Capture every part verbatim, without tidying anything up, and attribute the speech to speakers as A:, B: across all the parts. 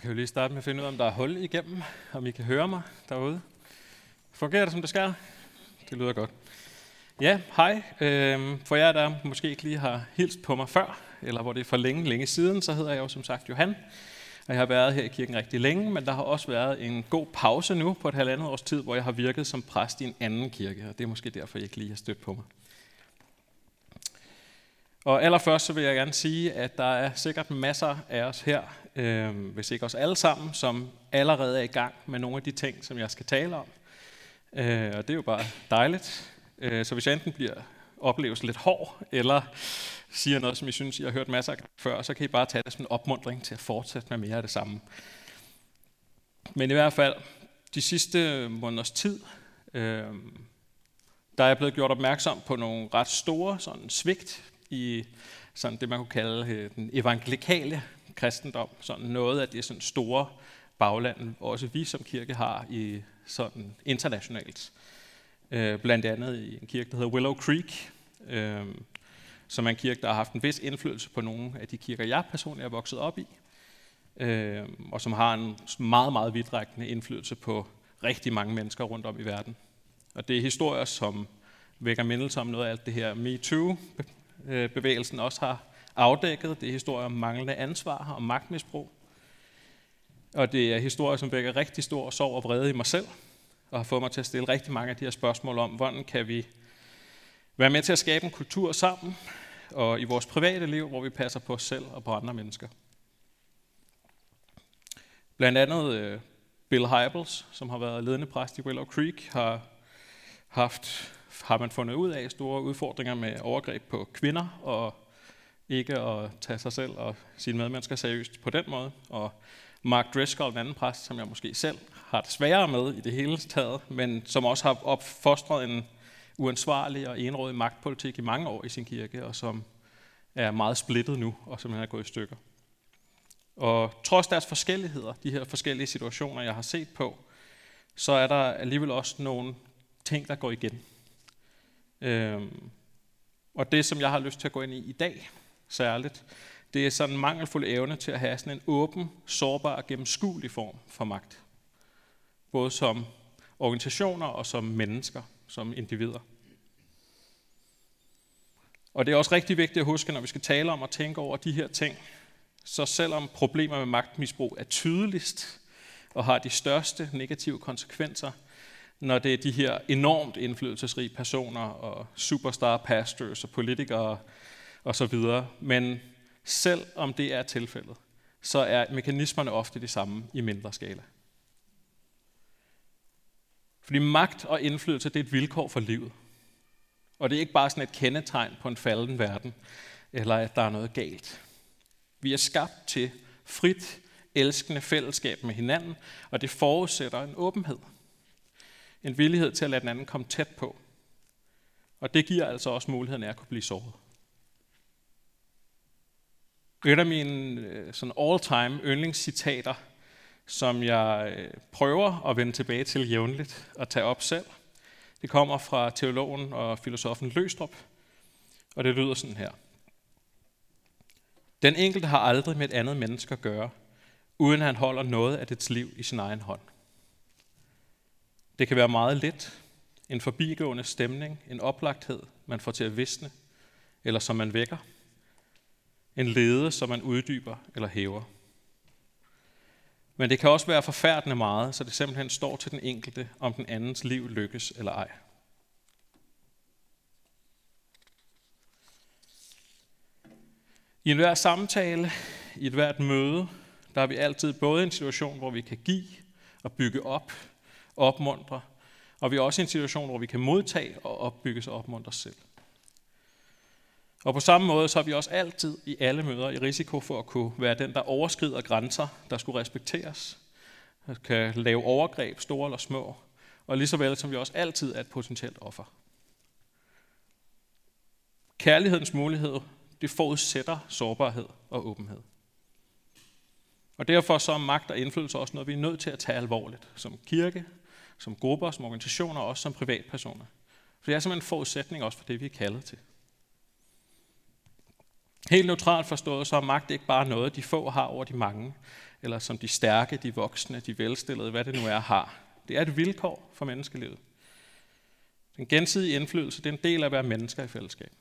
A: kan jo lige starte med at finde ud af, om der er hul igennem, om I kan høre mig derude. Fungerer det, som det skal? Det lyder godt. Ja, hej. Øhm, for jer, der måske ikke lige har hilst på mig før, eller hvor det er for længe, længe siden, så hedder jeg jo som sagt Johan. Og jeg har været her i kirken rigtig længe, men der har også været en god pause nu på et halvandet års tid, hvor jeg har virket som præst i en anden kirke, og det er måske derfor, jeg ikke lige har stødt på mig. Og allerførst så vil jeg gerne sige, at der er sikkert masser af os her, øh, hvis ikke os alle sammen, som allerede er i gang med nogle af de ting, som jeg skal tale om. Øh, og det er jo bare dejligt. Øh, så hvis jeg enten bliver opleves lidt hård, eller siger noget, som I synes, I har hørt masser af før, så kan I bare tage det som en opmuntring til at fortsætte med mere af det samme. Men i hvert fald, de sidste måneders tid, øh, der er jeg blevet gjort opmærksom på nogle ret store sådan svigt i sådan det, man kunne kalde øh, den evangelikale kristendom. Sådan noget af det sådan store bagland, også vi som kirke har i sådan internationalt. Øh, blandt andet i en kirke, der hedder Willow Creek, øh, som er en kirke, der har haft en vis indflydelse på nogle af de kirker, jeg personligt er vokset op i, øh, og som har en meget, meget vidtrækkende indflydelse på rigtig mange mennesker rundt om i verden. Og det er historier, som vækker mindelse om noget af alt det her MeToo-bevægelsen også har afdækket. Det er historier om manglende ansvar og magtmisbrug. Og det er historier, som vækker rigtig stor sorg og vrede i mig selv, og har fået mig til at stille rigtig mange af de her spørgsmål om, hvordan kan vi være med til at skabe en kultur sammen, og i vores private liv, hvor vi passer på os selv og på andre mennesker. Blandt andet uh, Bill Hybels, som har været ledende præst i Willow Creek, har haft, har man fundet ud af store udfordringer med overgreb på kvinder, og ikke at tage sig selv og sine medmennesker seriøst på den måde. Og Mark Driscoll, en anden præst, som jeg måske selv har det sværere med i det hele taget, men som også har opfostret en uansvarlig og enrådig magtpolitik i mange år i sin kirke, og som er meget splittet nu, og som er gået i stykker. Og trods deres forskelligheder, de her forskellige situationer, jeg har set på, så er der alligevel også nogle ting, der går igen. Øhm, og det, som jeg har lyst til at gå ind i i dag, særligt, det er sådan en mangelfuld evne til at have sådan en åben, sårbar og gennemskuelig form for magt. Både som organisationer og som mennesker, som individer. Og det er også rigtig vigtigt at huske, når vi skal tale om og tænke over de her ting, så selvom problemer med magtmisbrug er tydeligst og har de største negative konsekvenser, når det er de her enormt indflydelsesrige personer og superstar pastors og politikere og så videre, men selv om det er tilfældet, så er mekanismerne ofte de samme i mindre skala. Fordi magt og indflydelse, det er et vilkår for livet. Og det er ikke bare sådan et kendetegn på en falden verden, eller at der er noget galt. Vi er skabt til frit, elskende fællesskab med hinanden, og det forudsætter en åbenhed. En villighed til at lade den anden komme tæt på. Og det giver altså også muligheden af at kunne blive såret. Et af mine sådan all-time yndlingscitater, som jeg prøver at vende tilbage til jævnligt og tage op selv, det kommer fra teologen og filosofen Løgstrup, og det lyder sådan her. Den enkelte har aldrig med et andet menneske at gøre, uden at han holder noget af dets liv i sin egen hånd. Det kan være meget let, en forbigående stemning, en oplagthed, man får til at visne, eller som man vækker. En lede, som man uddyber eller hæver. Men det kan også være forfærdende meget, så det simpelthen står til den enkelte, om den andens liv lykkes eller ej. I enhver samtale, i et hvert møde, der har vi altid både en situation, hvor vi kan give og bygge op, opmuntre, og vi er også i en situation, hvor vi kan modtage og opbygges og opmuntre os selv. Og på samme måde, så er vi også altid i alle møder i risiko for at kunne være den, der overskrider grænser, der skulle respekteres, der kan lave overgreb, store eller små, og lige så vel som vi også altid er et potentielt offer. Kærlighedens mulighed, det forudsætter sårbarhed og åbenhed. Og derfor så er magt og indflydelse også noget, vi er nødt til at tage alvorligt, som kirke, som grupper, som organisationer og også som privatpersoner. For det er simpelthen en forudsætning også for det, vi er kaldet til. Helt neutralt forstået, så er magt ikke bare noget, de få har over de mange, eller som de stærke, de voksne, de velstillede, hvad det nu er, har. Det er et vilkår for menneskelivet. Den gensidige indflydelse, det er en del af at være mennesker i fællesskab.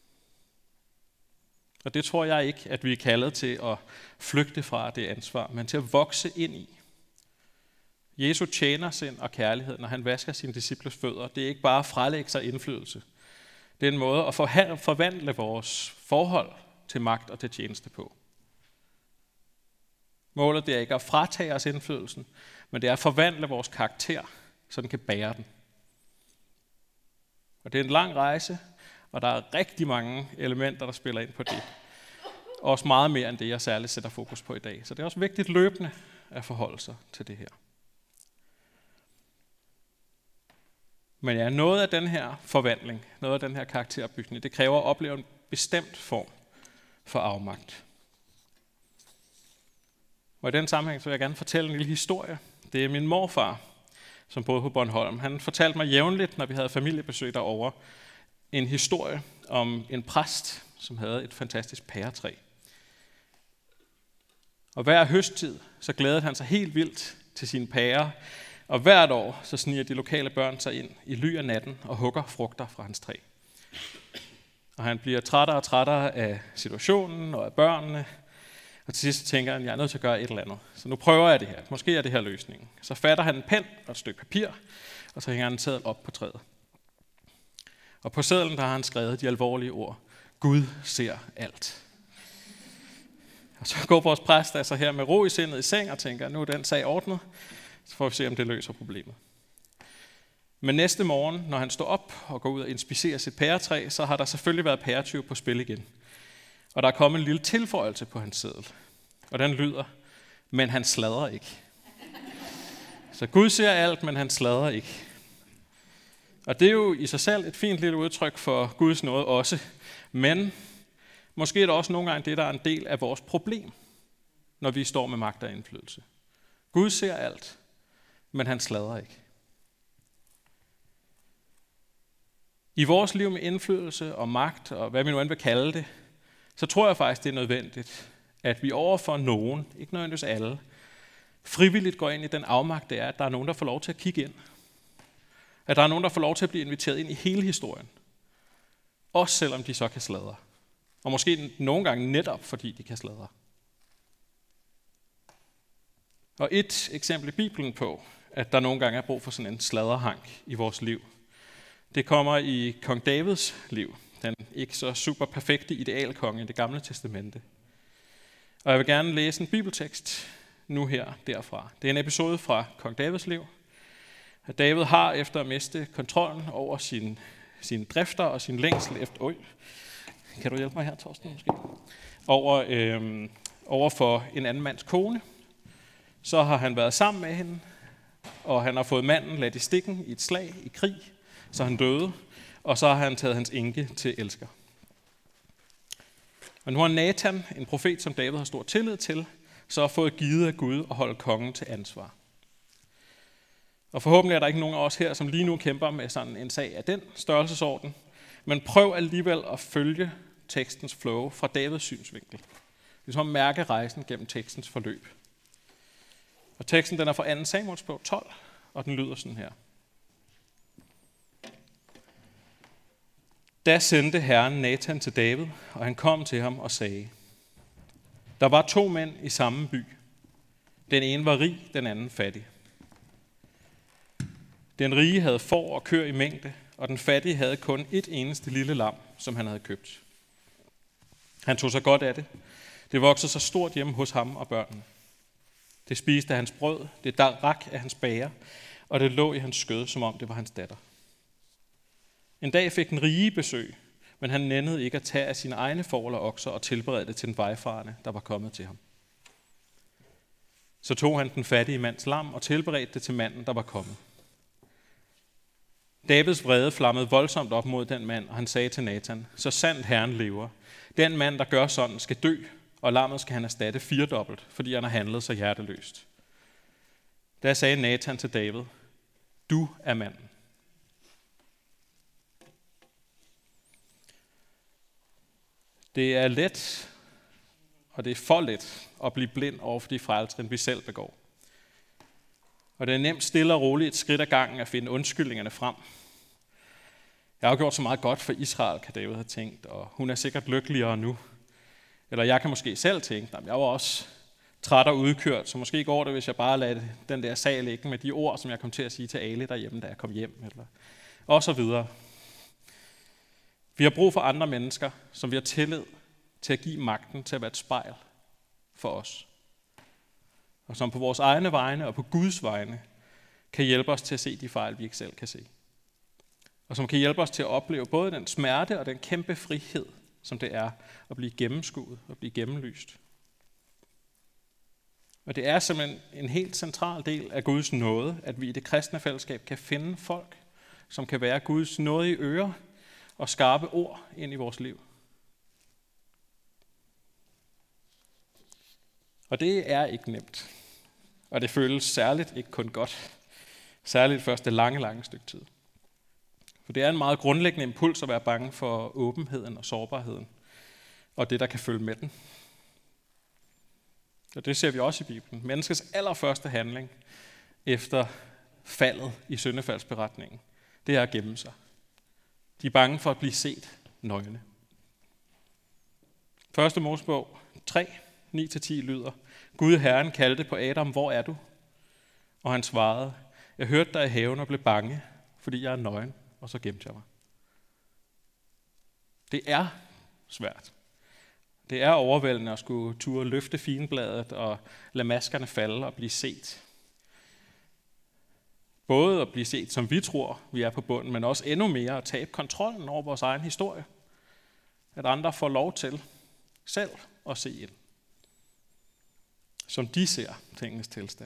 A: Og det tror jeg ikke, at vi er kaldet til at flygte fra det ansvar, men til at vokse ind i. Jesu tjenersind og kærlighed, når han vasker sine disciples fødder, det er ikke bare at frelægge sig indflydelse. Det er en måde at forvandle vores forhold til magt og til tjeneste på. Målet det er ikke at fratage os indflydelsen, men det er at forvandle vores karakter, så den kan bære den. Og det er en lang rejse, og der er rigtig mange elementer, der spiller ind på det. Også meget mere end det, jeg særligt sætter fokus på i dag. Så det er også vigtigt løbende at forholde sig til det her. Men ja, noget af den her forvandling, noget af den her karakterbygning, det kræver at opleve en bestemt form for afmagt. Og i den sammenhæng så vil jeg gerne fortælle en lille historie. Det er min morfar, som boede på Bornholm. Han fortalte mig jævnligt, når vi havde familiebesøg derovre, en historie om en præst, som havde et fantastisk pæretræ. Og hver høsttid, så glædede han sig helt vildt til sine pærer, og hvert år, så sniger de lokale børn sig ind i ly af natten og hugger frugter fra hans træ. Og han bliver trættere og trættere af situationen og af børnene, og til sidst tænker han, jeg er nødt til at gøre et eller andet. Så nu prøver jeg det her. Måske er det her løsningen. Så fatter han en pen og et stykke papir, og så hænger han en seddel op på træet. Og på sedlen der har han skrevet de alvorlige ord. Gud ser alt. Og så går vores præst altså her med ro i sindet i seng og tænker, nu er den sag ordnet. Så får vi se, om det løser problemet. Men næste morgen, når han står op og går ud og inspicerer sit pæretræ, så har der selvfølgelig været pæretyve på spil igen. Og der er kommet en lille tilføjelse på hans seddel. Og den lyder, men han sladrer ikke. Så Gud ser alt, men han sladrer ikke. Og det er jo i sig selv et fint lille udtryk for Guds nåde også. Men måske er det også nogle gange det, der er en del af vores problem, når vi står med magt og indflydelse. Gud ser alt, men han sladrer ikke. I vores liv med indflydelse og magt, og hvad vi nu end vil kalde det, så tror jeg faktisk, det er nødvendigt, at vi overfor nogen, ikke nødvendigvis alle, frivilligt går ind i den afmagt, det er, at der er nogen, der får lov til at kigge ind. At der er nogen, der får lov til at blive inviteret ind i hele historien. Også selvom de så kan sladre. Og måske nogle gange netop, fordi de kan sladre. Og et eksempel i Bibelen på, at der nogle gange er brug for sådan en sladderhank i vores liv, det kommer i kong Davids liv. Den ikke så super perfekte idealkonge i det gamle testamente. Og jeg vil gerne læse en bibeltekst nu her derfra. Det er en episode fra kong Davids liv. At David har efter at miste kontrollen over sine, sine drifter og sin længsel efter... Øj, kan du hjælpe mig her, Torsten, måske? Over, øhm, over for en anden mands kone. Så har han været sammen med hende, og han har fået manden ladt i stikken i et slag i krig, så han døde. Og så har han taget hans enke til elsker. Og nu har Nathan, en profet, som David har stor tillid til, så har fået givet af Gud at holde kongen til ansvar. Og forhåbentlig er der ikke nogen af os her, som lige nu kæmper med sådan en sag af den størrelsesorden, men prøv alligevel at følge tekstens flow fra Davids synsvinkel. Ligesom at mærke rejsen gennem tekstens forløb. Og teksten den er fra anden Samuels bog tolv, og den lyder sådan her. Da sendte Herren Nathan til David, og han kom til ham og sagde, der var to mænd i samme by. Den ene var rig, den anden fattig. Den rige havde får og køer i mængde, og den fattige havde kun et eneste lille lam, som han havde købt. Han tog sig godt af det. Det voksede så stort hjemme hos ham og børnene. Det spiste af hans brød, det drak af hans bager, og det lå i hans skød, som om det var hans datter. En dag fik den rige besøg, men han nændede ikke at tage af sine egne får eller okser og tilberede det til den vejfarende, der var kommet til ham. Så tog han den fattige mands lam og tilberedte det til manden, der var kommet. Davids vrede flammede voldsomt op mod den mand, og han sagde til Nathan, så sandt Herren lever. Den mand, der gør sådan, skal dø, og lammet skal han erstatte firedobbelt, fordi han har handlet så hjerteløst. Da sagde Nathan til David, du er manden. Det er let, og det er for let og blive blind over for de fejltrin, vi selv begår. Og det er nemt stille og roligt et skridt ad gangen at finde undskyldningerne frem. Jeg har gjort så meget godt for Israel, kan David have tænkt, og hun er sikkert lykkeligere nu. Eller jeg kan måske selv tænke, at jeg var også træt og udkørt, så måske går det, hvis jeg bare lader den der sag ligge med de ord, som jeg kom til at sige til Ali derhjemme, da jeg kom hjem. Eller og så videre. Vi har brug for andre mennesker, som vi har tillid til at give magten til at være et spejl for os. Og som på vores egne vegne og på Guds vegne kan hjælpe os til at se de fejl, vi ikke selv kan se. Og som kan hjælpe os til at opleve både den smerte og den kæmpe frihed, som det er at blive gennemskuet og blive gennemlyst. Og det er simpelthen en helt central del af Guds nåde, at vi i det kristne fællesskab kan finde folk, som kan være Guds nådige ører og skarpe ord ind i vores liv. Og det er ikke nemt. Og det føles særligt ikke kun godt. Særligt først det lange, lange stykke tid. For det er en meget grundlæggende impuls at være bange for åbenheden og sårbarheden. Og det, der kan følge med den. Og det ser vi også i Bibelen. Menneskets allerførste handling efter faldet i syndefaldsberetningen, det er at gemme sig. De er bange for at blive set nøgne. Første Mosebog tre, ni til ti lyder: Gud Herren kaldte på Adam, hvor er du? Og han svarede: Jeg hørte dig i haven og blev bange, fordi jeg er nøgen, og så gemte jeg mig. Det er svært. Det er overvældende at skulle turde løfte finbladet og lade maskerne falde og blive set. Både at blive set, som vi tror, vi er på bunden, men også endnu mere at tabe kontrollen over vores egen historie. At andre får lov til selv at se ind, som de ser tingenes tilstand.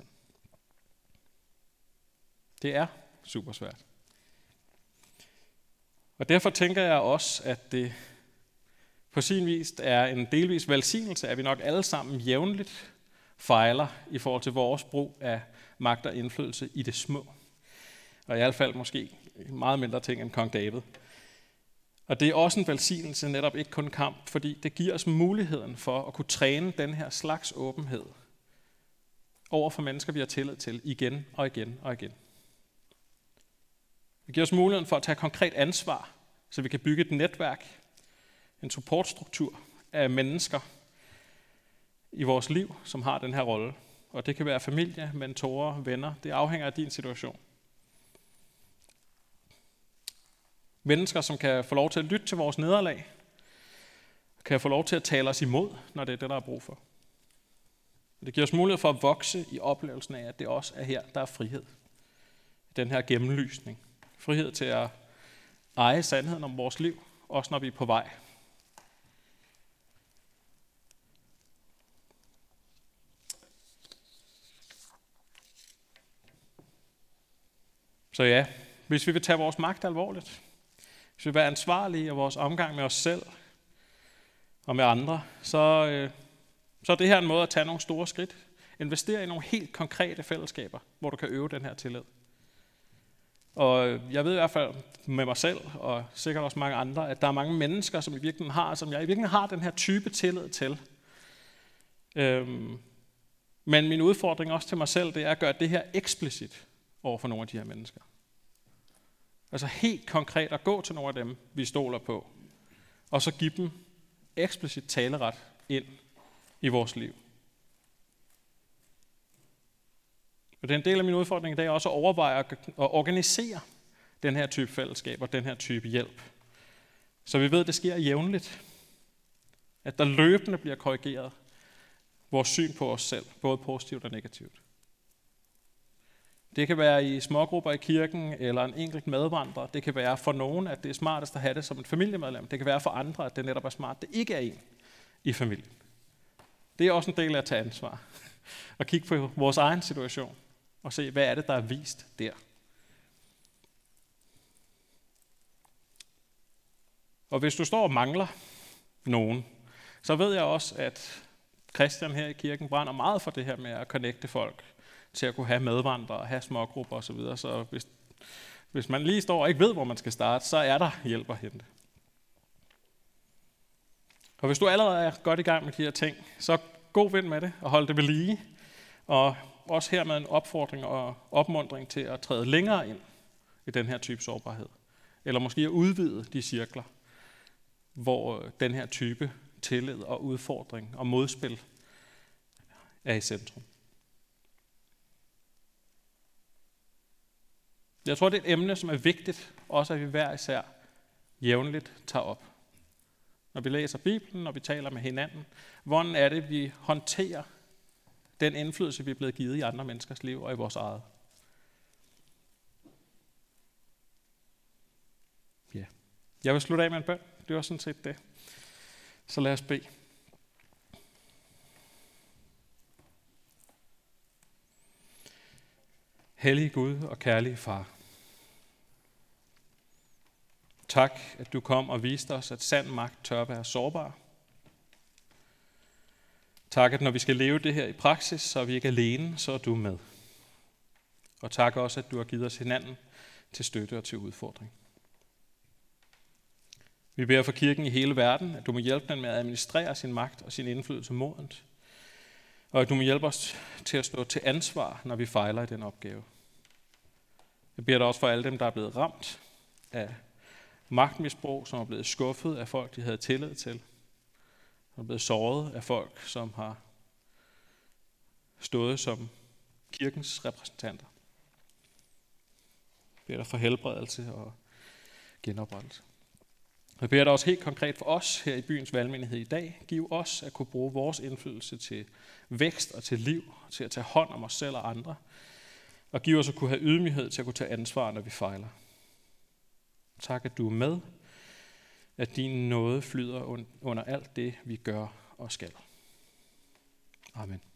A: Det er super svært. Og derfor tænker jeg også, at det på sin vis er en delvis velsignelse, at vi nok alle sammen jævnligt fejler i forhold til vores brug af magt og indflydelse i det små. Og i hvert fald måske meget mindre ting end kong David. Og det er også en velsignelse, netop ikke kun kamp, fordi det giver os muligheden for at kunne træne den her slags åbenhed over for mennesker, vi har tillid til, igen og igen og igen. Det giver os muligheden for at tage konkret ansvar, så vi kan bygge et netværk, en supportstruktur af mennesker i vores liv, som har den her rolle. Og det kan være familie, mentorer, venner. Det afhænger af din situation. Mennesker, som kan få lov til at lytte til vores nederlag, kan få lov til at tale os imod, når det er det, der er brug for. Det giver os mulighed for at vokse i oplevelsen af, at det også er her, der er frihed. Den her gennemlysning. Frihed til at eje sandheden om vores liv, også når vi er på vej. Så ja, hvis vi vil tage vores magt alvorligt, hvis vi vil være ansvarlige af vores omgang med os selv og med andre, så, øh, så er det her en måde at tage nogle store skridt. Investere i nogle helt konkrete fællesskaber, hvor du kan øve den her tillid. Og jeg ved i hvert fald med mig selv, og sikkert også mange andre, at der er mange mennesker, som, i virkeligheden har, som jeg i virkeligheden har den her type tillid til. Øhm, men min udfordring også til mig selv, det er at gøre det her eksplicit over for nogle af de her mennesker. Altså helt konkret at gå til nogle af dem, vi stoler på, og så give dem eksplicit taleret ind i vores liv. Og det er en del af min udfordring i dag også at overveje at organisere den her type fællesskab og den her type hjælp. Så vi ved, at det sker jævnligt. At der løbende bliver korrigeret vores syn på os selv, både positivt og negativt. Det kan være i smågrupper i kirken, eller en enkelt medvandrer. Det kan være for nogen, at det er smartest at have det som et familiemedlem. Det kan være for andre, at det netop er smart, at det ikke er en i familien. Det er også en del af at tage ansvar. Og kigge på vores egen situation, og se, hvad er det, der er vist der. Og hvis du står og mangler nogen, så ved jeg også, at Christian her i kirken brænder meget for det her med at connecte folk, til at kunne have medvandrere, have smågrupper osv. Så hvis, hvis man lige står og ikke ved, hvor man skal starte, så er der hjælp at hente. Og hvis du allerede er godt i gang med de her ting, så god ven med det og hold det ved lige. Og også her med en opfordring og opmuntring til at træde længere ind i den her type sårbarhed. Eller måske at udvide de cirkler, hvor den her type tillid og udfordring og modspil er i centrum. Jeg tror, det er et emne, som er vigtigt, også at vi hver især jævnligt tager op. Når vi læser Bibelen, når vi taler med hinanden, hvordan er det, vi håndterer den indflydelse, vi er blevet givet i andre menneskers liv og i vores eget. Ja. Jeg vil slutte af med en bøn. Det var sådan set det. Så lad os bede. Hellige Gud og kærlige Far. Tak, at du kom og viste os, at sand magt tør være sårbar. Tak, at når vi skal leve det her i praksis, så er vi ikke alene, så er du med. Og tak også, at du har givet os hinanden til støtte og til udfordring. Vi beder for kirken i hele verden, at du må hjælpe den med at administrere sin magt og sin indflydelse modent. Og at du må hjælpe os til at stå til ansvar, når vi fejler i den opgave. Jeg beder dig også for alle dem, der er blevet ramt af magtmisbrug, som er blevet skuffet af folk, de havde tillid til. Som er blevet såret af folk, som har stået som kirkens repræsentanter. Jeg beder dig for helbredelse og genoprettelse. Jeg beder dig også helt konkret for os her i byens valgmenighed i dag. Giv os at kunne bruge vores indflydelse til vækst og til liv, til at tage hånd om os selv og andre. Og giv os at kunne have ydmyghed til at kunne tage ansvar, når vi fejler. Tak, at du er med, at din nåde flyder under alt det, vi gør og skal. Amen.